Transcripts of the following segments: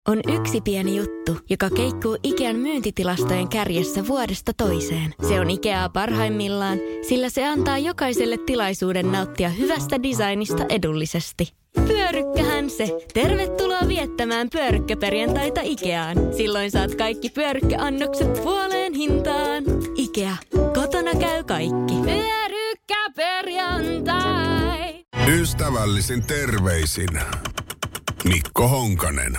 On yksi pieni juttu, joka keikkuu Ikean myyntitilastojen kärjessä vuodesta toiseen. Se on Ikeaa parhaimmillaan, sillä se antaa jokaiselle tilaisuuden nauttia hyvästä designista edullisesti. Pyörykkähän se! Tervetuloa viettämään pyörykkäperjantaita Ikeaan. Silloin saat kaikki pyörykkäannokset puoleen hintaan. Ikea. Kotona käy kaikki. Pyörykkäperjantai! Ystävällisin terveisin Mikko Honkanen.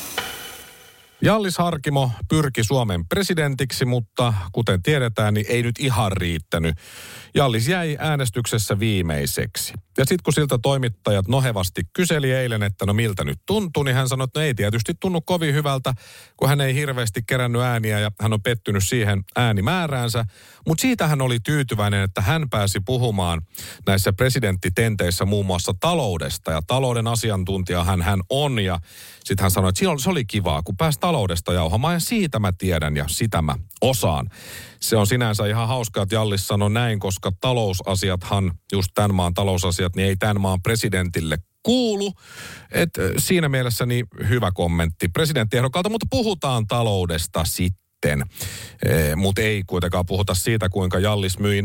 Jallis Harkimo pyrki Suomen presidentiksi, mutta kuten tiedetään, niin ei nyt ihan riittänyt. Jallis jäi äänestyksessä viimeiseksi. Ja sitten kun siltä toimittajat nohevasti kyseli eilen, että no miltä nyt tuntuu, niin hän sanoi, että no ei tietysti tunnu kovin hyvältä, kun hän ei hirveästi kerännyt ääniä ja hän on pettynyt siihen äänimääräänsä. Mutta siitä hän oli tyytyväinen, että hän pääsi puhumaan näissä presidenttitenteissä muun muassa taloudesta. Ja talouden asiantuntija hän on ja sitten hän sanoi, että se oli kivaa, kun pääsi taloudesta jauhamaan ja siitä mä tiedän ja sitä mä osaan. Se on sinänsä ihan hauskaa, että Jallis sanoi näin, koska talousasiathan, just tämän maan talousasiat, niin ei tämän maan presidentille kuulu. Että siinä mielessä niin hyvä kommentti presidenttiehdokkalta, mutta puhutaan taloudesta sitten. Mutta ei kuitenkaan puhuta siitä, kuinka Jallis myi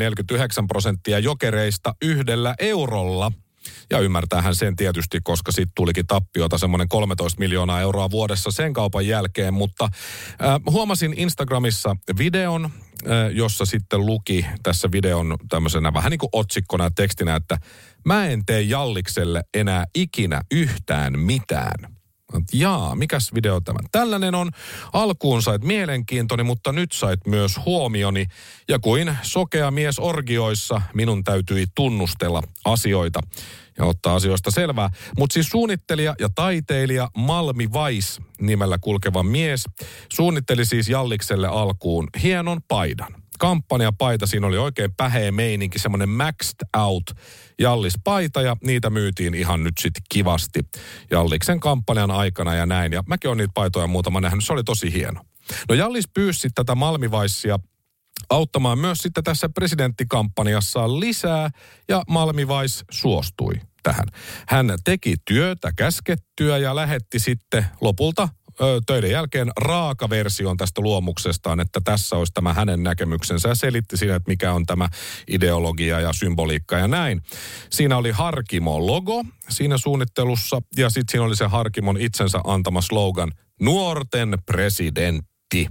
49% Jokereista 1 eurolla. Ja ymmärtäähän sen tietysti, koska sitten tulikin tappiota semmoinen 13 miljoonaa euroa vuodessa sen kaupan jälkeen. Mutta huomasin Instagramissa videon, jossa sitten luki tässä videon tämmöisenä vähän niin kuin otsikkona ja tekstinä, että mä en tee Jallikselle enää ikinä yhtään mitään. Jaa, mikäs video tämä? Tällainen on. Alkuun sait mielenkiintoni, mutta nyt sait myös huomioni. Ja kuin sokea mies orgioissa, minun täytyi tunnustella asioita ja ottaa asioista selvää. Mutta siis suunnittelija ja taiteilija Malmi Weiss nimellä kulkeva mies suunnitteli siis Jallikselle alkuun hienon paidan. Kampanjapaita, siinä oli oikein päheä meininki, semmoinen maxed out Jallis-paita ja niitä myytiin ihan nyt sitten kivasti Jalliksen kampanjan aikana ja näin. Ja mäkin olen niitä paitoja muutama nähnyt, se oli tosi hieno. No Jallis pyysi tätä Malmi Weissia auttamaan myös sitten tässä presidenttikampanjassaan lisää ja Malmi Weiss suostui tähän. Hän teki työtä käskettyä ja lähetti sitten lopulta töiden jälkeen raakaversion tästä luomuksestaan, että tässä olisi tämä hänen näkemyksensä ja selitti siinä, että mikä on tämä ideologia ja symboliikka ja näin. Siinä oli Harkimo-logo siinä suunnittelussa ja sitten siinä oli se Harkimon itsensä antama slogan, nuorten presidentti.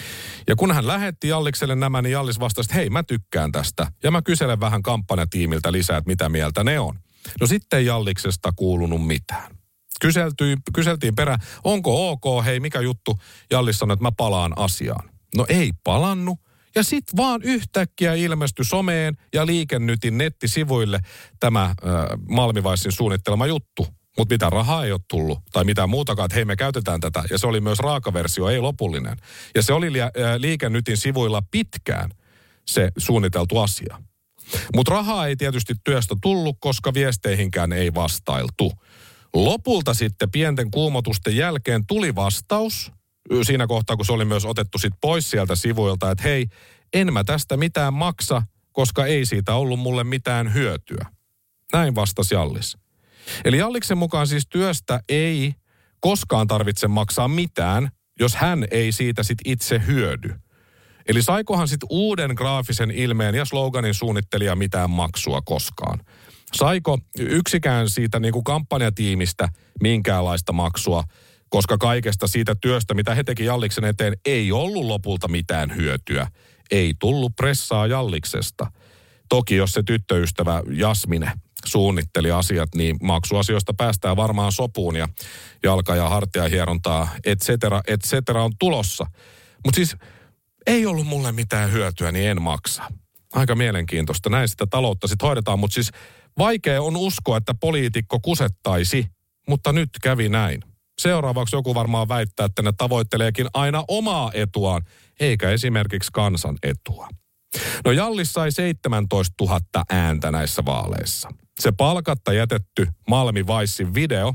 Ja kun hän lähetti Jallikselle nämä, niin Jallis vastasi, että hei, mä tykkään tästä. Ja mä kyselen vähän kampanjatiimiltä lisää, että mitä mieltä ne on. No sitten ei Jalliksesta kuulunut mitään. Kyseltiin perään, onko ok, hei mikä juttu? Jallis sanoi, että mä palaan asiaan. No ei palannut. Ja sitten vaan yhtäkkiä ilmestyi someen ja Liikennytin nettisivuille tämä Malmi Weissin suunnittelema juttu. Mutta mitä rahaa ei ole tullut tai mitään muutakaan, että hei me käytetään tätä. Ja se oli myös raakaversio, ei lopullinen. Ja se oli Liikennytin sivuilla pitkään se suunniteltu asia. Mutta rahaa ei tietysti työstä tullut, koska viesteihinkään ei vastailtu. Lopulta sitten pienten kuumotusten jälkeen tuli vastaus siinä kohtaa, kun se oli myös otettu sitten pois sieltä sivuilta, että hei, en mä tästä mitään maksa, koska ei siitä ollut mulle mitään hyötyä. Näin vastasi Jallis. Eli Jalliksen mukaan siis työstä ei koskaan tarvitse maksaa mitään, jos hän ei siitä sitten itse hyödy. Eli saikohan sitten uuden graafisen ilmeen ja sloganin suunnittelija mitään maksua koskaan? Saiko yksikään siitä niin kuin kampanjatiimistä minkäänlaista maksua, koska kaikesta siitä työstä, mitä he teki Jalliksen eteen, ei ollut lopulta mitään hyötyä. Ei tullut pressaa Jalliksesta. Toki jos se tyttöystävä Jasmine suunnitteli asiat, niin maksuasioista päästään varmaan sopuun ja jalka- ja hartiahierontaa, et cetera on tulossa. Mutta siis ei ollut mulle mitään hyötyä, niin en maksa. Aika mielenkiintoista. Näin sitä taloutta sitten hoidetaan, mutta siis vaikea on uskoa, että poliitikko kusettaisi, mutta nyt kävi näin. Seuraavaksi joku varmaan väittää, että ne tavoitteleekin aina omaa etuaan, eikä esimerkiksi kansan etua. No Jallis sai 17 000 ääntä näissä vaaleissa. Se palkatta jätetty Malmi Weissin video,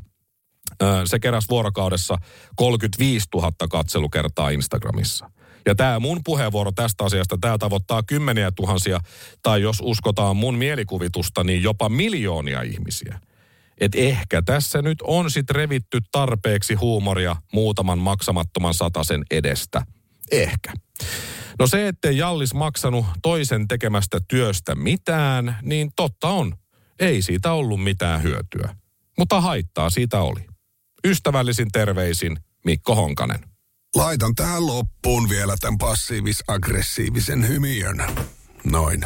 se keräsi vuorokaudessa 35 000 katselukertaa Instagramissa. Ja tämä mun puheenvuoro tästä asiasta, tämä tavoittaa 10 000, tai jos uskotaan mun mielikuvitusta, niin jopa miljoonia ihmisiä. että ehkä tässä nyt on sit revitty tarpeeksi huumoria muutaman maksamattoman satasen edestä. Ehkä. No se, ettei Jallis maksanut toisen tekemästä työstä mitään, niin totta on. Ei siitä ollut mitään hyötyä. Mutta haittaa siitä oli. Ystävällisin terveisin Mikko Honkanen. Laitan tähän loppuun vielä tämän passiivis-aggressiivisen hymiön. Noin.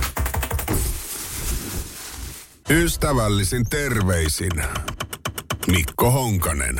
Ystävällisin terveisin Mikko Honkanen.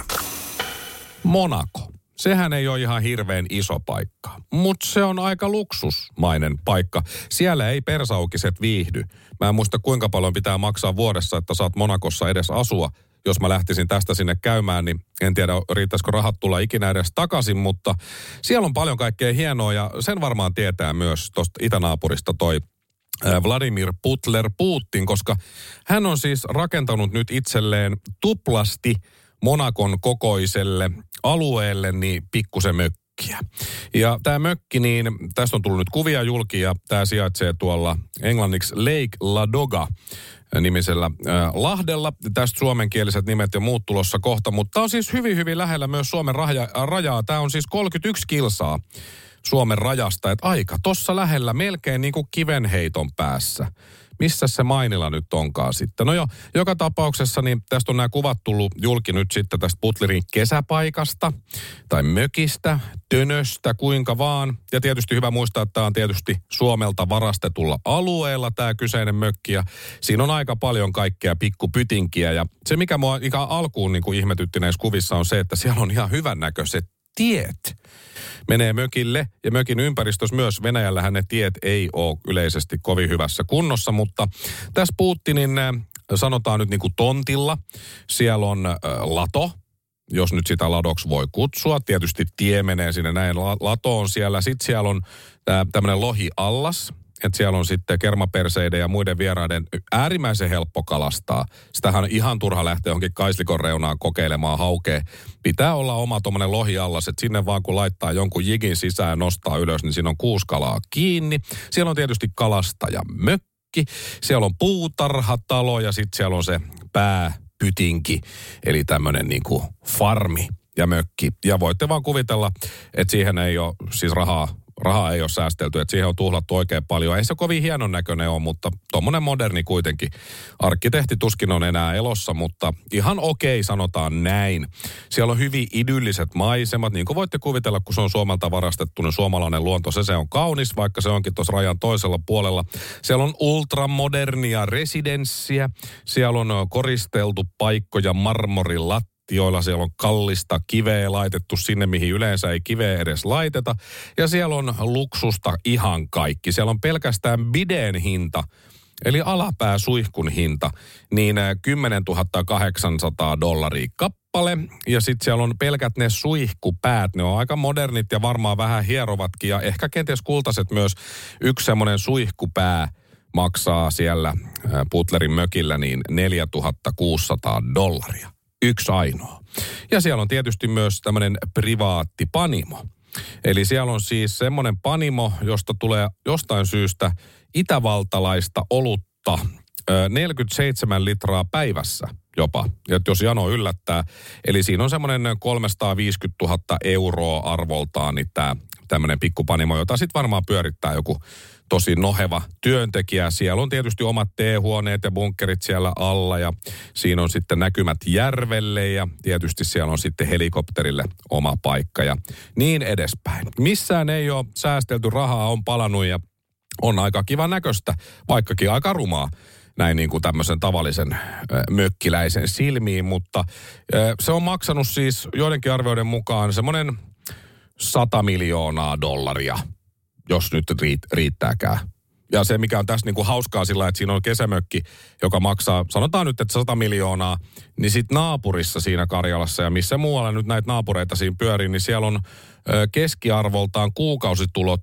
Monaco. Sehän ei ole ihan hirveän iso paikka, mutta se on aika luksusmainen paikka. Siellä ei persaukiset viihdy. Mä en muista kuinka paljon pitää maksaa vuodessa, että saat Monacossa edes asua. Jos mä lähtisin tästä sinne käymään, niin en tiedä riittäisikö rahat tulla ikinä edes takaisin, mutta siellä on paljon kaikkea hienoa ja sen varmaan tietää myös tuosta itänaapurista toi Vladimir Putin, koska hän on siis rakentanut nyt itselleen tuplasti Monacon kokoiselle alueelle niin pikkusen mökkiä. Ja tämä mökki, niin tästä on tullut nyt kuvia julki ja tämä sijaitsee tuolla englanniksi Lake Ladoga nimisellä lahdella. Tästä suomenkieliset nimet ja muut tulossa kohta, mutta tämä on siis hyvin, hyvin lähellä myös Suomen rajaa. Tämä on siis 31 kilsaa Suomen rajasta, että aika tossa lähellä, melkein niin kuin kivenheiton päässä. Missä se Mainila nyt onkaan sitten? No jo, joka tapauksessa niin tästä on nämä kuvat tullut julki nyt sitten tästä Butlerin kesäpaikasta tai mökistä, tönöstä, kuinka vaan. Ja tietysti hyvä muistaa, että tämä on tietysti Suomelta varastetulla alueella tämä kyseinen mökki. Ja siinä on aika paljon kaikkea pikkupytinkiä. Ja se, mikä mua ikään alkuun niin kuin ihmetytti näissä kuvissa on se, että siellä on ihan hyvännäköiset tiet. Menee mökille ja mökin ympäristössä myös. Venäjällähän ne tiet ei ole yleisesti kovin hyvässä kunnossa, mutta tässä Putinin sanotaan nyt niin kuin tontilla. Siellä on lato, jos nyt sitä ladoksi voi kutsua. Tietysti tie menee sinne näin latoon siellä. Sitten siellä on tämmöinen lohiallas. Että siellä on sitten kermaperseiden ja muiden vieraiden äärimmäisen helppo kalastaa. Sitähän on ihan turha lähteä johonkin Kaislikon reunaan kokeilemaan haukea. Pitää olla oma tommonen lohiallas, että sinne vaan kun laittaa jonkun jigin sisään ja nostaa ylös, niin siinä on 6 kalaa kiinni. Siellä on tietysti kalastajamökki. Siellä on puutarhatalo ja sitten siellä on se pääpytinki, eli tämmöinen niinku farmi ja mökki. Ja voitte vaan kuvitella, että siihen ei ole siis rahaa ei ole säästelty, että siihen on tuhlattu oikein paljon. Ei se kovin hienon näköinen ole, mutta tommonen moderni kuitenkin. Arkkitehti tuskin on enää elossa, mutta ihan okei, sanotaan näin. Siellä on hyvin idylliset maisemat, niin kuin voitte kuvitella, kun se on Suomelta varastettu, niin suomalainen luonto, se on kaunis, vaikka se onkin tuossa rajan toisella puolella. Siellä on ultramodernia residenssiä, siellä on koristeltu paikkoja marmorilattia, joilla siellä on kallista kiveä laitettu sinne, mihin yleensä ei kiveä edes laiteta. Ja siellä on luksusta ihan kaikki. Siellä on pelkästään bideen hinta, eli alapääsuihkun hinta, niin $10,800 kappale. Ja sitten siellä on pelkät ne suihkupäät. Ne on aika modernit ja varmaan vähän hierovatkin. Ja ehkä kenties kultaiset myös. Yksi semmoinen suihkupää maksaa siellä Butlerin mökillä niin $4,600. Yksi ainoa. Ja siellä on tietysti myös tämmöinen privaattipanimo. Eli siellä on siis semmoinen panimo, josta tulee jostain syystä itävaltalaista olutta 47 litraa päivässä jopa, jos jano yllättää. Eli siinä on semmoinen 350 000 euroa arvoltaan niin tämä tämmöinen pikkupanimo, jota sitten varmaan pyörittää joku tosi noheva työntekijä. Siellä on tietysti omat teehuoneet ja bunkkerit siellä alla ja siinä on sitten näkymät järvelle ja tietysti siellä on sitten helikopterille oma paikka ja niin edespäin. Missään ei ole säästelty, rahaa on palannut ja on aika kivan näköistä, vaikkakin aika rumaa näin niin kuin tämmöisen tavallisen mökkiläisen silmiin, mutta se on maksanut siis joidenkin arvioiden mukaan semmoinen $100 miljoonaa, jos nyt riittääkään. Ja se, mikä on tässä niin kuin hauskaa sillä, että siinä on kesämökki, joka maksaa, sanotaan nyt, että 100 miljoonaa, niin sitten naapurissa siinä Karjalassa ja missä muualla nyt näitä naapureita siinä pyörii, niin siellä on keskiarvoltaan kuukausitulot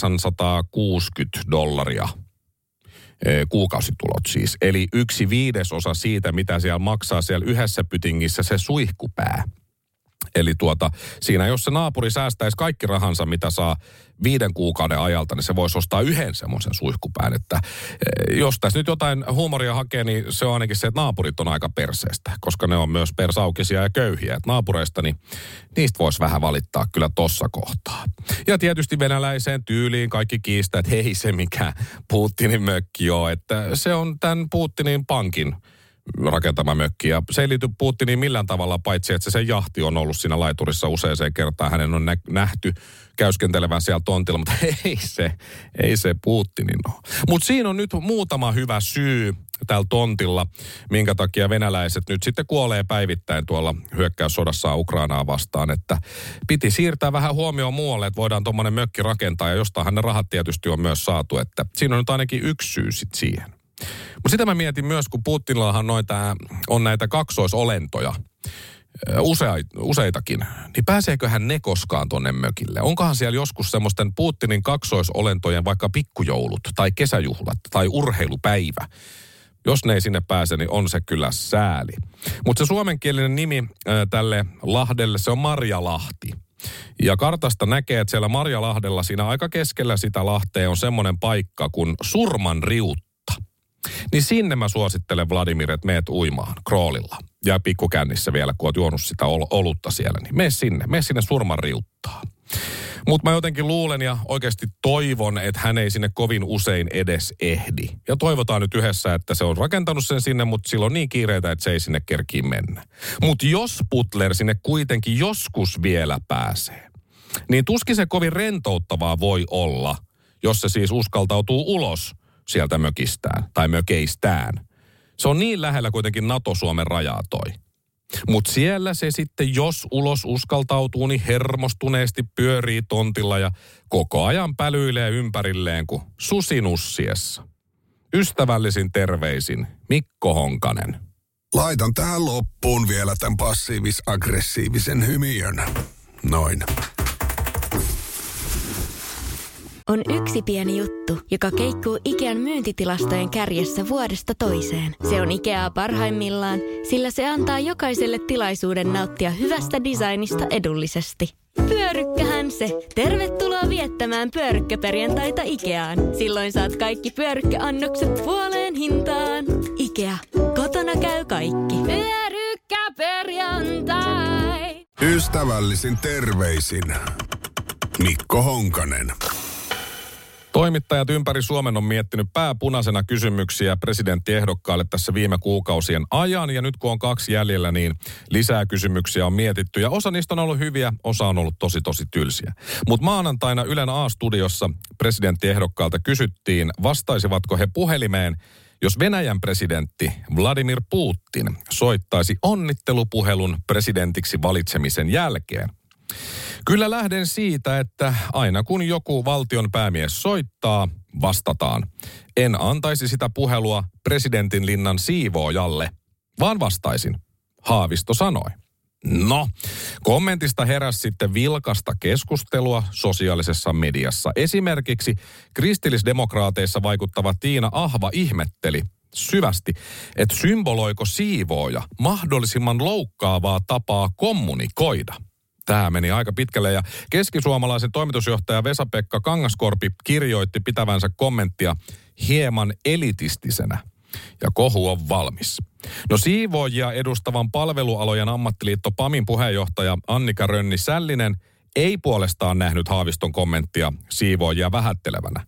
$860. Kuukausitulot siis. Eli 1/5 siitä, mitä siellä maksaa siellä yhdessä pytingissä se suihkupää. Eli siinä jos se naapuri säästäisi kaikki rahansa, mitä saa 5 kuukauden ajalta, niin se voisi ostaa yhden semmoisen suihkupään. Että jos tässä nyt jotain huumoria hakee, niin se on ainakin se, että naapurit on aika perseestä, koska ne on myös persaukisia ja köyhiä. Että naapureista, niin niistä voisi vähän valittaa kyllä tossa kohtaa. Ja tietysti venäläiseen tyyliin kaikki kiistää, että ei se mikään Putinin mökki ole, että se on tämän Putinin pankin rakentama mökki. Ja se ei liity Putiniin millään tavalla, paitsi että se jahti on ollut siinä laiturissa useaseen kertaan. Hänen on nähty käyskentelevän siellä tontilla, mutta ei se Putinin ole. Mutta siinä on nyt muutama hyvä syy täällä tontilla, minkä takia venäläiset nyt sitten kuolee päivittäin tuolla hyökkäyssodassa Ukrainaa vastaan. Että piti siirtää vähän huomioon muualle, että voidaan tuommoinen mökki rakentaa ja jostainhan ne rahat tietysti on myös saatu. Että siinä on nyt ainakin yksi syy sitten siihen. Mutta sitä mä mietin myös, kun Putinillahan on näitä kaksoisolentoja, useitakin, niin pääseeköhän ne koskaan tonne mökille? Onkohan siellä joskus semmoisten Putinin kaksoisolentojen vaikka pikkujoulut tai kesäjuhlat tai urheilupäivä? Jos ne ei sinne pääse, niin on se kyllä sääli. Mutta se suomenkielinen nimi tälle lahdelle, se on Marjalahti. Ja kartasta näkee, että siellä Marjalahdella siinä aika keskellä sitä lahtea on semmoinen paikka kuin Surmanriutta. Niin sinne mä suosittelen, Vladimir, että meet uimaan kroolilla. Ja pikkukännissä vielä, kun oot juonut sitä olutta siellä, niin mene sinne Surmanriuttaan. Mutta mä jotenkin luulen ja oikeasti toivon, että hän ei sinne kovin usein edes ehdi. Ja toivotaan nyt yhdessä, että se on rakentanut sen sinne, mutta sillä on niin kiireitä, että se ei sinne kerkii mennä. Mutta jos Butler sinne kuitenkin joskus vielä pääsee, niin tuskin se kovin rentouttavaa voi olla, jos se siis uskaltautuu ulos sieltä mökistään tai mökeistään. Se on niin lähellä kuitenkin NATO-Suomen rajaa toi. Mutta siellä se sitten, jos ulos uskaltautuu, niin hermostuneesti pyörii tontilla ja koko ajan pälyilee ympärilleen kuin susinussiessa. Ystävällisin terveisin, Mikko Honkanen. Laitan tähän loppuun vielä tämän passiivis-aggressiivisen hymiön. Noin. On yksi pieni juttu, joka keikkuu Ikean myyntitilastojen kärjessä vuodesta toiseen. Se on Ikeaa parhaimmillaan, sillä se antaa jokaiselle tilaisuuden nauttia hyvästä designista edullisesti. Pyörykkähän se! Tervetuloa viettämään pyörykkäperjantaita Ikeaan. Silloin saat kaikki pyörykkäannokset puoleen hintaan. Ikea. Kotona käy kaikki. Pyörykkäperjantai! Ystävällisin terveisin, Mikko Honkanen. Toimittajat ympäri Suomen on miettinyt pääpunaisena kysymyksiä presidenttiehdokkaalle tässä viime kuukausien ajan. Ja nyt kun on 2 jäljellä, niin lisää kysymyksiä on mietitty. Ja osa niistä on ollut hyviä, osa on ollut tosi tylsiä. Mutta maanantaina Ylen A-studiossa presidenttiehdokkailta kysyttiin, vastaisivatko he puhelimeen, jos Venäjän presidentti Vladimir Putin soittaisi onnittelupuhelun presidentiksi valitsemisen jälkeen. Kyllä lähden siitä, että aina kun joku valtion päämies soittaa, vastataan. En antaisi sitä puhelua presidentin linnan siivoojalle, vaan vastaisin. Haavisto sanoi. No, kommentista heräsi sitten vilkasta keskustelua sosiaalisessa mediassa. Esimerkiksi kristillisdemokraateissa vaikuttava Tiina Ahva ihmetteli syvästi, että symboloiko siivooja mahdollisimman loukkaavaa tapaa kommunikoida. Tämä meni aika pitkälle ja keskisuomalaisen toimitusjohtaja Vesa-Pekka Kangaskorpi kirjoitti pitävänsä kommenttia hieman elitistisenä. Ja kohu on valmis. No siivoojia edustavan palvelualojen ammattiliitto PAMin puheenjohtaja Annika Rönni-Sällinen ei puolestaan nähnyt Haaviston kommenttia siivoojia vähättelevänä.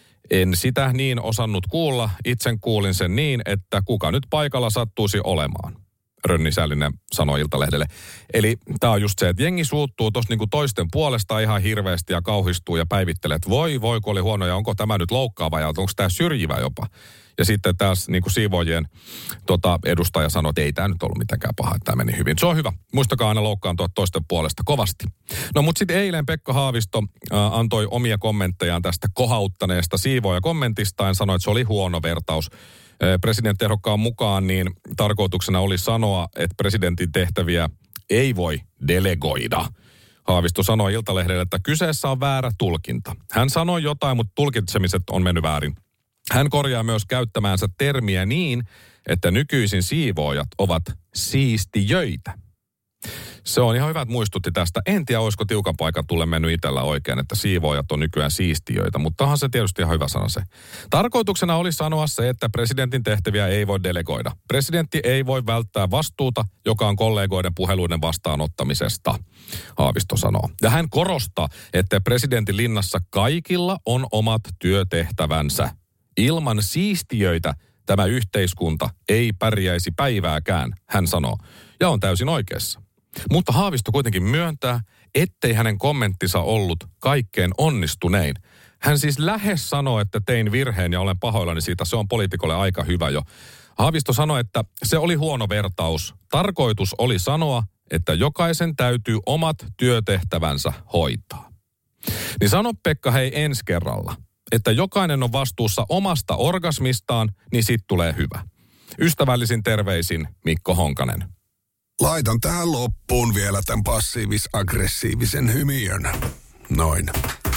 En sitä niin osannut kuulla, itse kuulin sen niin, että kuka nyt paikalla sattuisi olemaan. Rönni-Sällinen sanoi Iltalehdelle. Eli tämä on just se, että jengi suuttuu tuossa niinku toisten puolesta ihan hirveästi ja kauhistuu ja päivittelee, että voi kun oli huono ja onko tämä nyt loukkaava ja onko tämä syrjivä jopa. Ja sitten taas niinku siivoojien edustaja sanoi, että ei tämä nyt ollut mitenkään paha, että tämä meni hyvin. Se on hyvä. Muistakaa aina loukkaantua toisten puolesta kovasti. No mutta sitten eilen Pekka Haavisto antoi omia kommenttejaan tästä kohauttaneesta siivooja-kommentistaan ja sanoi, että se oli huono vertaus. Presidenttiehdokkaan mukaan niin tarkoituksena oli sanoa, että presidentin tehtäviä ei voi delegoida. Haavisto sanoi Iltalehdelle, että kyseessä on väärä tulkinta. Hän sanoi jotain, mutta tulkitsemiset on mennyt väärin. Hän korjaa myös käyttämäänsä termiä niin, että nykyisin siivoojat ovat siistijöitä. Se on ihan hyvä, että muistutti tästä. En tiedä, olisiko tiukan paikan tulle mennyt itsellä oikein, että siivoojat on nykyään siistijöitä, mutta onhan se tietysti ihan hyvä sana se. Tarkoituksena oli sanoa se, että presidentin tehtäviä ei voi delegoida. Presidentti ei voi välttää vastuuta, joka on kollegoiden puheluiden vastaanottamisesta, Haavisto sanoo. Ja hän korostaa, että presidentin linnassa kaikilla on omat työtehtävänsä. Ilman siistijöitä tämä yhteiskunta ei pärjäisi päivääkään, hän sanoo. Ja on täysin oikeassa. Mutta Haavisto kuitenkin myöntää, ettei hänen kommenttinsa ollut kaikkein onnistunein. Hän siis lähes sanoi, että tein virheen ja olen pahoillani siitä. Se on poliitikolle aika hyvä jo. Haavisto sanoi, että se oli huono vertaus. Tarkoitus oli sanoa, että jokaisen täytyy omat työtehtävänsä hoitaa. Niin sano Pekka hei ensi kerralla, että jokainen on vastuussa omasta orgasmistaan, niin sit tulee hyvä. Ystävällisin terveisin Mikko Honkanen. Laitan tähän loppuun vielä tämän passiivis-aggressiivisen hymiön. Noin.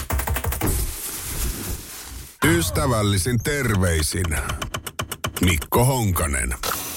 Ystävällisin terveisin Mikko Honkanen.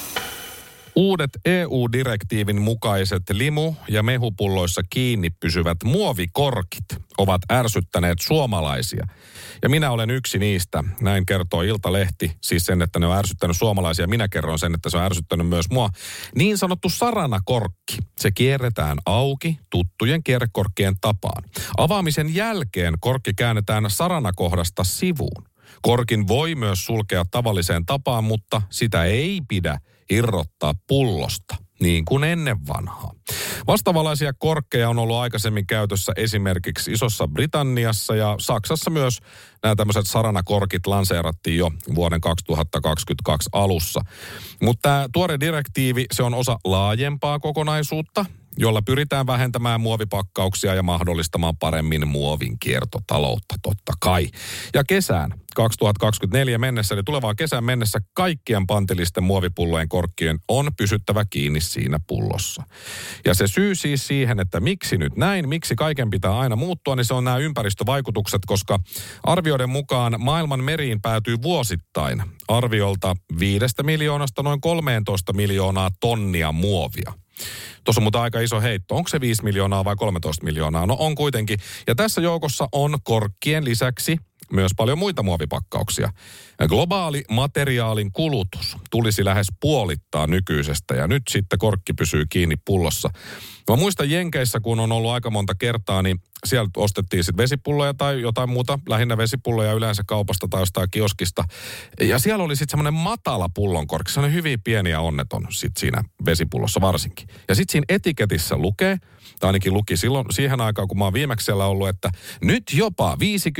Uudet EU-direktiivin mukaiset limu- ja mehupulloissa kiinni pysyvät muovikorkit ovat ärsyttäneet suomalaisia. Ja minä olen yksi niistä. Näin kertoo Iltalehti, siis sen, että ne on ärsyttänyt suomalaisia. Minä kerron sen, että se on ärsyttänyt myös mua. Niin sanottu saranakorkki. Se kierretään auki tuttujen kierrekorkkien tapaan. Avaamisen jälkeen korkki käännetään saranakohdasta sivuun. Korkin voi myös sulkea tavalliseen tapaan, mutta sitä ei pidä irrottaa pullosta, niin kuin ennen vanhaa. Vastaavanlaisia korkkeja on ollut aikaisemmin käytössä esimerkiksi Isossa Britanniassa ja Saksassa myös nämä tämmöiset saranakorkit lanseerattiin jo vuoden 2022 alussa. Mutta tämä tuore direktiivi, se on osa laajempaa kokonaisuutta, jolla pyritään vähentämään muovipakkauksia ja mahdollistamaan paremmin muovin kiertotaloutta, totta kai. Ja kesään 2024 mennessä, eli tulevaan kesän mennessä, kaikkien pantillisten muovipullojen korkkien on pysyttävä kiinni siinä pullossa. Ja se syy siis siihen, että miksi nyt näin, miksi kaiken pitää aina muuttua, niin se on nämä ympäristövaikutukset, koska arvioiden mukaan maailman meriin päätyy vuosittain arviolta 5 miljoonasta noin 13 miljoonaa tonnia muovia. Tuossa on mutta aika iso heitto. Onko se 5 miljoonaa vai 13 miljoonaa? No on kuitenkin. Ja tässä joukossa on korkkien lisäksi myös paljon muita muovipakkauksia. Globaali materiaalin kulutus tulisi lähes puolittaa nykyisestä ja nyt sitten korkki pysyy kiinni pullossa. Mä muistan Jenkeissä, kun on ollut aika monta kertaa, niin sieltä ostettiin sitten vesipulloja tai jotain muuta, lähinnä vesipulloja yleensä kaupasta tai jostain kioskista. Ja siellä oli sitten semmoinen matala pullonkorkki, semmoinen hyvin pieni ja onneton sitten siinä vesipullossa varsinkin. Ja sitten siinä etiketissä lukee, tai ainakin luki silloin siihen aikaan, kun mä oon viimeksi siellä ollut, että nyt jopa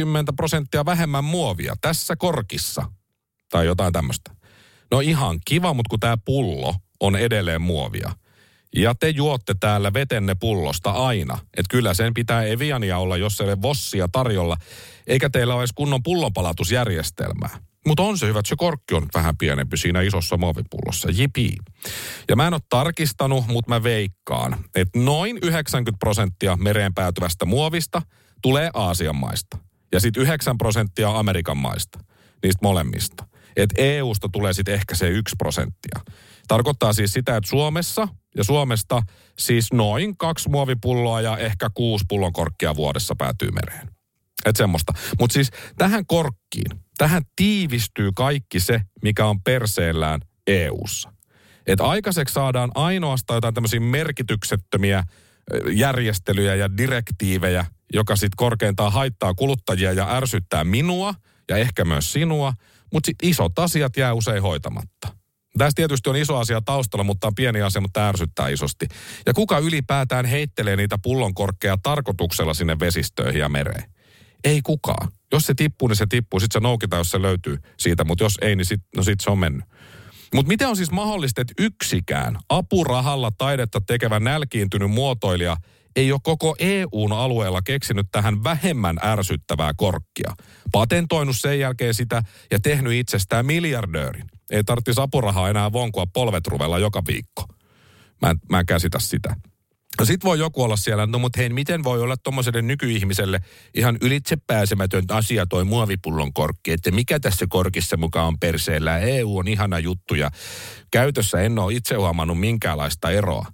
50% vähemmän muovia tässä korkissa. Tai jotain tämmöistä. No ihan kiva, mutta kun tämä pullo on edelleen muovia. Ja te juotte täällä vetenne pullosta aina. Että kyllä sen pitää Eviania olla, jos ei ole Vossia tarjolla. Eikä teillä ole edes kunnon pullonpalautusjärjestelmää. Mutta on se hyvä, että se korkki on vähän pienempi siinä isossa muovipullossa. Jipii. Ja mä en ole tarkistanut, mutta mä veikkaan, että noin 90% mereen päätyvästä muovista tulee Aasian maista. Ja sitten 9% Amerikan maista. Niistä molemmista. Että EUsta tulee sitten ehkä se 1%. Tarkoittaa siis sitä, että Suomesta siis noin 2 muovipulloa ja ehkä 6 pullonkorkkia vuodessa päätyy mereen. Että semmoista. Mutta siis tähän korkkiin, tähän tiivistyy kaikki se, mikä on perseellään EUssa. Että aikaiseksi saadaan ainoastaan jotain tämmöisiä merkityksettömiä järjestelyjä ja direktiivejä, joka sitten korkeintaan haittaa kuluttajia ja ärsyttää minua ja ehkä myös sinua, mutta sitten isot asiat jää usein hoitamatta. Tässä tietysti on iso asia taustalla, mutta on pieni asia, mutta ärsyttää isosti. Ja kuka ylipäätään heittelee niitä pullonkorkkeja tarkoituksella sinne vesistöihin ja mereen? Ei kukaan. Jos se tippuu, niin se tippuu. Sitten se noukitaan, jos se löytyy siitä, mutta jos ei, niin sit se on mennyt. Mutta miten on siis mahdollista, että yksikään apurahalla taidetta tekevä nälkiintynyt muotoilija ei ole koko EUn alueella keksinyt tähän vähemmän ärsyttävää korkkia? Patentoinut sen jälkeen sitä ja tehnyt itsestään miljardöörin. Ei tarvitsisi apurahaa enää vonkua polvet ruvella joka viikko. Mä en käsitä sitä. No sit voi joku olla siellä, no mut hei, miten voi olla tommoselle nykyihmiselle ihan ylitsepääsemätön asia toi muovipullon korkki, että mikä tässä korkissa mukaan on perseellä. EU on ihana juttu ja käytössä en ole itse huomannut minkäänlaista eroa.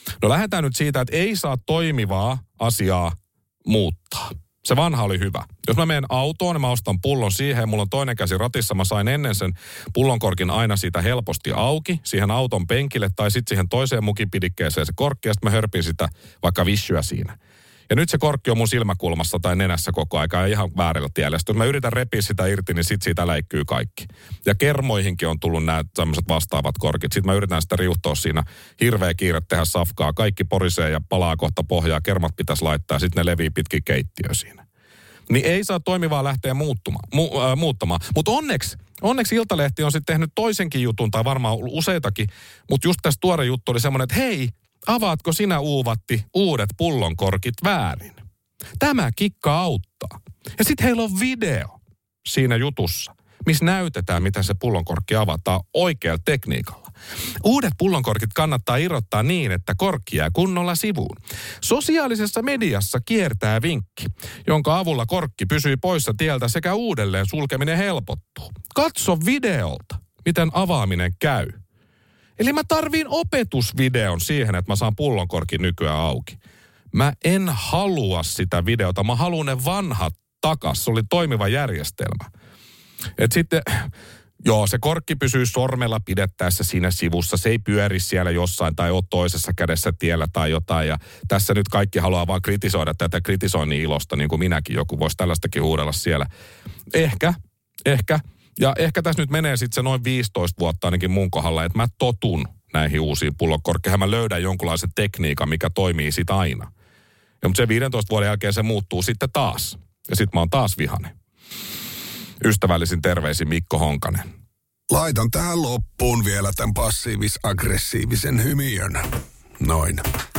No lähdetään nyt siitä, että ei saa toimivaa asiaa muuttaa. Se vanha oli hyvä. Jos mä menen autoon ja mä ostan pullon siihen ja mulla on toinen käsi ratissa, mä sain ennen sen pullonkorkin aina siitä helposti auki, siihen auton penkille tai sitten siihen toiseen mukipidikkeeseen se korkki ja sitten mä hörpin sitä vaikka vissyä siinä. Ja nyt se korkki on mun silmäkulmassa tai nenässä koko aika ja ihan väärällä tiellä. Sitten jos mä yritän repiä sitä irti, niin sit siitä läikkyy kaikki. Ja kermoihinkin on tullut nämä tämmöiset vastaavat korkit. Sitten mä yritän sitä riuhtoa siinä. Hirveä kiire tehdä safkaa. Kaikki porisee ja palaa kohta pohjaa. Kermat pitäisi laittaa. Sitten ne levii pitkin keittiö siinä. Niin ei saa toimivaa lähteä muuttamaan. Mutta onneksi Iltalehti on sitten tehnyt toisenkin jutun, tai varmaan useitakin. Mutta just tässä tuore juttu oli semmoinen, että hei, avaatko sinä Uuvatti uudet pullonkorkit väärin? Tämä kikka auttaa. Ja sitten heillä on video siinä jutussa, missä näytetään, miten se pullonkorkki avataan oikealla tekniikalla. Uudet pullonkorkit kannattaa irrottaa niin, että korkki jää kunnolla sivuun. Sosiaalisessa mediassa kiertää vinkki, jonka avulla korkki pysyy poissa tieltä sekä uudelleen sulkeminen helpottuu. Katso videolta, miten avaaminen käy. Eli mä tarviin opetusvideon siihen, että mä saan pullonkorkin nykyään auki. Mä en halua sitä videota, mä haluan ne vanhat takas. Se oli toimiva järjestelmä. Et sitten, joo, se korkki pysyy sormella pidettäessä siinä sivussa. Se ei pyöri siellä jossain tai ole toisessa kädessä tiellä tai jotain. Ja tässä nyt kaikki haluaa vaan kritisoida tätä kritisoinnin ilosta, niin kuin minäkin. Joku voisi tällaistakin huudella siellä. Ehkä. Ja ehkä tässä nyt menee sitten se noin 15 vuotta ainakin mun kohdalla, että mä totun näihin uusiin pullonkorkkeihin. Mä löydän jonkunlaisen tekniikan, mikä toimii sit aina. Ja mutta se 15 vuoden jälkeen se muuttuu sitten taas. Ja sit mä oon taas vihainen. Ystävällisin terveisin Mikko Honkanen. Laitan tähän loppuun vielä tämän passiivis-aggressiivisen hymiön. Noin.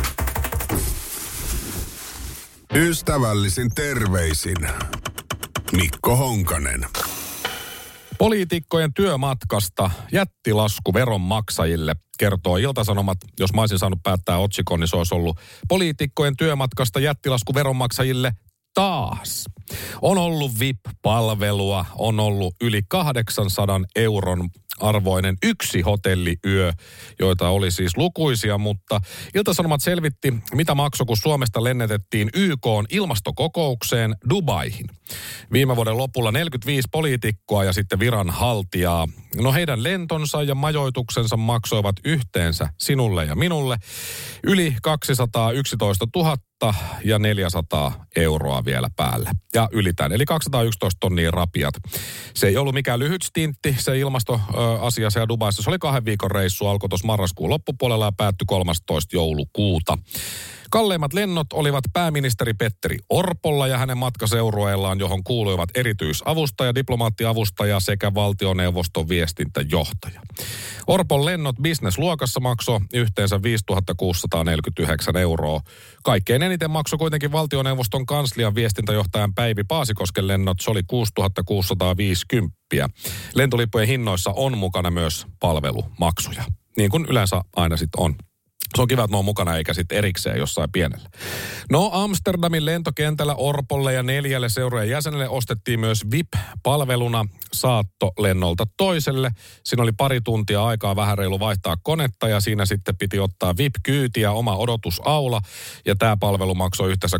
Ystävällisin terveisin Mikko Honkanen. Poliitikkojen työmatkasta jättilasku veronmaksajille, kertoo Ilta-Sanomat. Jos mä olisin saanut päättää otsikon, niin se olisi ollut poliitikkojen työmatkasta jättilasku veronmaksajille taas. On ollut VIP-palvelua, on ollut yli 800 euron arvoinen yksi hotelliyö, joita oli siis lukuisia, mutta Ilta-Sanomat selvitti, mitä maksoi, kun Suomesta lennetettiin YK:n ilmastokokoukseen Dubaihin. Viime vuoden lopulla 45 poliitikkoa ja sitten viranhaltijaa. No heidän lentonsa ja majoituksensa maksoivat yhteensä sinulle ja minulle yli 211 000 ja 400 euroa vielä päälle. Ja ylitään, eli 211 tonnia rapiat. Se ei ollut mikään lyhyt stintti, se ilmastoasia siellä Dubaissa. Se oli 2 viikon reissu, alkoi tuossa marraskuun loppupuolella ja päättyi 13. joulukuuta. Kalleimmat lennot olivat pääministeri Petteri Orpolla ja hänen matkaseurueellaan, johon kuuluivat erityisavustaja, diplomaattiavustaja sekä valtioneuvoston viestintäjohtaja. Orpon lennot business-luokassa maksoi yhteensä 5 649 euroa. Kaikkein eniten maksoi kuitenkin valtioneuvoston kanslian viestintäjohtajan Päivi Paasikosken lennot, se oli 6 650. Lentolippujen hinnoissa on mukana myös palvelumaksuja, niin kuin yleensä aina sitten on. Se on kiva, että ne on mukana eikä sitten erikseen jossain pienellä. No Amsterdamin lentokentällä Orpolle ja 4 seurojen jäsenelle ostettiin myös VIP-palveluna saatto lennolta toiselle. Siinä oli pari tuntia aikaa vähän reilu vaihtaa konetta ja siinä sitten piti ottaa VIP-kyyti ja oma odotusaula. Ja tämä palvelu maksoi yhteensä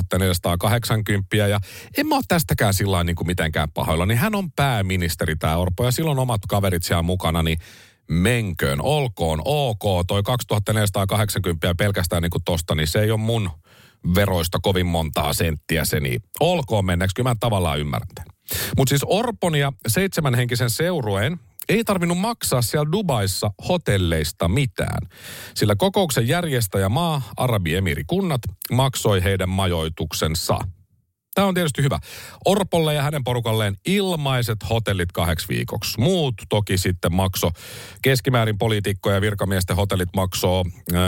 2480 ja en mä ole tästäkään sillä niin kuin mitenkään pahoilla. Niin hän on pääministeri tämä Orpo ja silloin omat kaverit siellä mukana, niin menköön, olkoon, ok, toi 2480 pelkästään niin kuin tosta, niin se ei ole mun veroista kovin montaa senttiä se, niin olkoon mennäks, kyllä mä tavallaan ymmärrän. Mutta siis Orpon ja 7-henkisen seurueen ei tarvinnut maksaa siellä Dubaissa hotelleista mitään, sillä kokouksen järjestäjämaa, Arabiemiirikunnat, maksoi heidän majoituksensa. Tämä on tietysti hyvä. Orpolle ja hänen porukalleen ilmaiset hotellit 2 viikoksi. Muut toki sitten makso. Keskimäärin poliitikkoja ja virkamiesten hotellit maksoo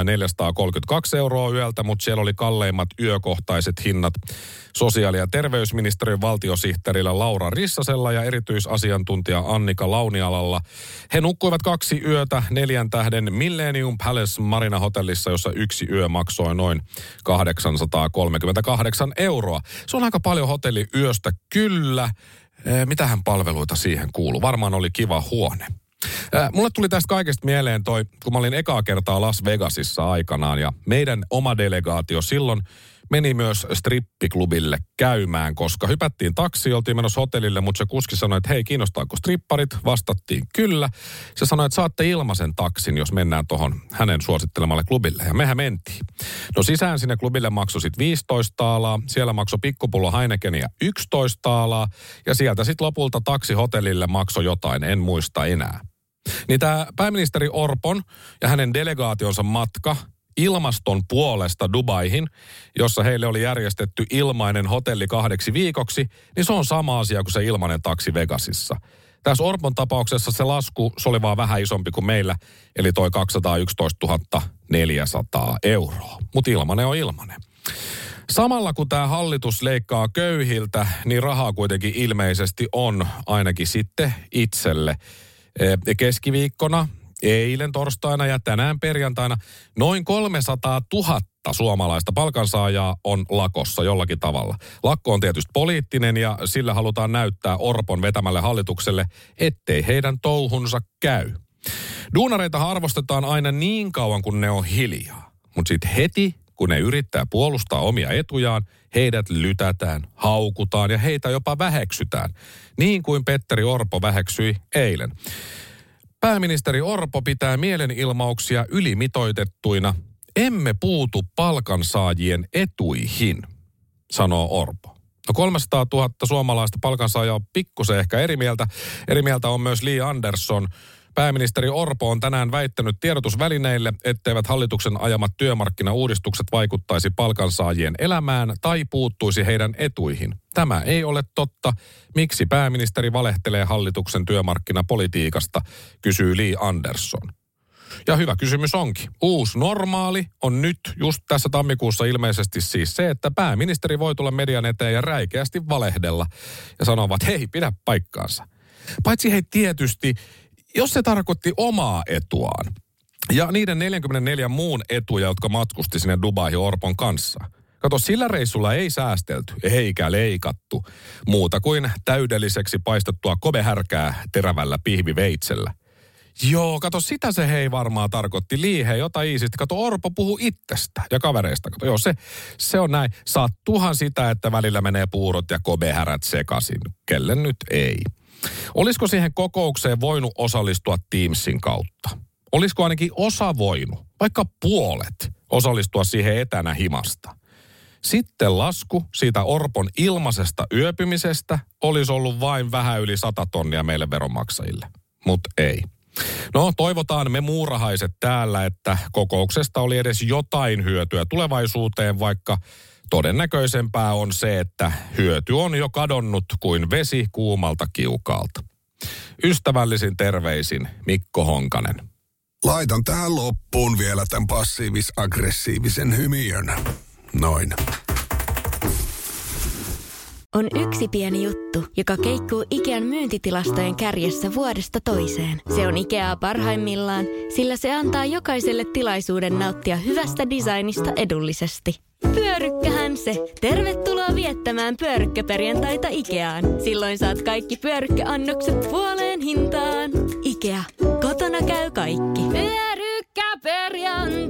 432 euroa yöltä, mutta siellä oli kalleimmat yökohtaiset hinnat sosiaali- ja terveysministeriön valtiosihteerillä Laura Rissasella ja erityisasiantuntija Annika Launialalla. He nukkuivat 2 yötä 4 tähden Millennium Palace Marina hotellissa, jossa 1 yö maksoi noin 838 euroa. Se on aika paljon hotelliyöstä, kyllä. Mitähän palveluita siihen kuuluu? Varmaan oli kiva huone. Mulle tuli tästä kaikesta mieleen kun mä olin ekaa kertaa Las Vegasissa aikanaan ja meidän oma delegaatio silloin meni myös strippiklubille käymään, koska hypättiin taksiin, oltiin menossa hotellille, mutta se kuski sanoi, että hei, kiinnostaako stripparit? Vastattiin kyllä. Se sanoi, että saatte ilmaisen taksin, jos mennään tuohon hänen suosittelemalle klubille. Ja mehän mentiin. No sisään sinne klubille maksoi sitten 15 taalaa, siellä maksoi pikkupullo Heinekeniä 11 taalaa ja sieltä sitten lopulta taksihotellille maksoi jotain, en muista enää. Niin tämä pääministeri Orpon ja hänen delegaationsa matka ilmaston puolesta Dubaihin, jossa heille oli järjestetty ilmainen hotelli 2 viikoksi, niin se on sama asia kuin se ilmainen taksi Vegasissa. Tässä Orpon tapauksessa se lasku, se oli vaan vähän isompi kuin meillä, eli toi 211 400 €. Mutta ilmanen on ilmanen. Samalla kun tämä hallitus leikkaa köyhiltä, niin rahaa kuitenkin ilmeisesti on ainakin sitten itselle. Keskiviikkona, eilen torstaina ja tänään perjantaina noin 300 000 suomalaista palkansaajaa on lakossa jollakin tavalla. Lakko on tietysti poliittinen ja sillä halutaan näyttää Orpon vetämälle hallitukselle, ettei heidän touhunsa käy. Duunareita arvostetaan aina niin kauan, kun ne on hiljaa. Mutta sitten heti, kun ne yrittää puolustaa omia etujaan, heidät lytätään, haukutaan ja heitä jopa väheksytään. Niin kuin Petteri Orpo väheksyi eilen. Pääministeri Orpo pitää mielenilmauksia ylimitoitettuina. Emme puutu palkansaajien etuihin, sanoo Orpo. No 300 000 suomalaista palkansaajaa on pikkusen ehkä eri mieltä. Eri mieltä on myös Li Andersson. Pääministeri Orpo on tänään väittänyt tiedotusvälineille, etteivät hallituksen ajamat työmarkkinauudistukset vaikuttaisi palkansaajien elämään tai puuttuisi heidän etuihin. Tämä ei ole totta. Miksi pääministeri valehtelee hallituksen työmarkkinapolitiikasta, kysyy Li Andersson. Ja hyvä kysymys onkin. Uusi normaali on nyt just tässä tammikuussa ilmeisesti siis se, että pääministeri voi tulla median eteen ja räikeästi valehdella ja sanovat, hei, pidä paikkaansa. Paitsi hei tietysti, jos se tarkoitti omaa etuaan ja niiden 44 muun etuja, jotka matkusti sinne Dubaihin Orpon kanssa. Kato, sillä reissulla ei säästelty eikä leikattu muuta kuin täydelliseksi paistettua kobehärkää terävällä pihviveitsellä. Joo, kato, sitä se hei varmaan tarkoitti. Liihe, jota iisisti. Kato, Orpo puhuu itsestä ja kavereista. Kato, joo, se on näin. Sattuhan sitä, että välillä menee puurot ja kobehärät sekaisin. Kelle nyt ei. Olisiko siihen kokoukseen voinut osallistua Teamsin kautta? Olisiko ainakin osa voinut, vaikka puolet, osallistua siihen etänä himasta? Sitten lasku siitä Orpon ilmaisesta yöpymisestä olisi ollut vain vähän yli 100 tonnia meille veronmaksajille. Mutta ei. No, toivotaan me muurahaiset täällä, että kokouksesta oli edes jotain hyötyä tulevaisuuteen, vaikka todennäköisempää on se, että hyöty on jo kadonnut kuin vesi kuumalta kiukaalta. Ystävällisin terveisin Mikko Honkanen. Laitan tähän loppuun vielä tämän passiivis-aggressiivisen hymiön. Noin. On yksi pieni juttu, joka keikkuu Ikean myyntitilastojen kärjessä vuodesta toiseen. Se on Ikeaa parhaimmillaan, sillä se antaa jokaiselle tilaisuuden nauttia hyvästä designista edullisesti. Pyörykkähän se! Tervetuloa viettämään pyörykkäperjantaita Ikeaan. Silloin saat kaikki pyörykkäannokset puoleen hintaan. Ikea. Kotona käy kaikki. Pyörykkäperjantai.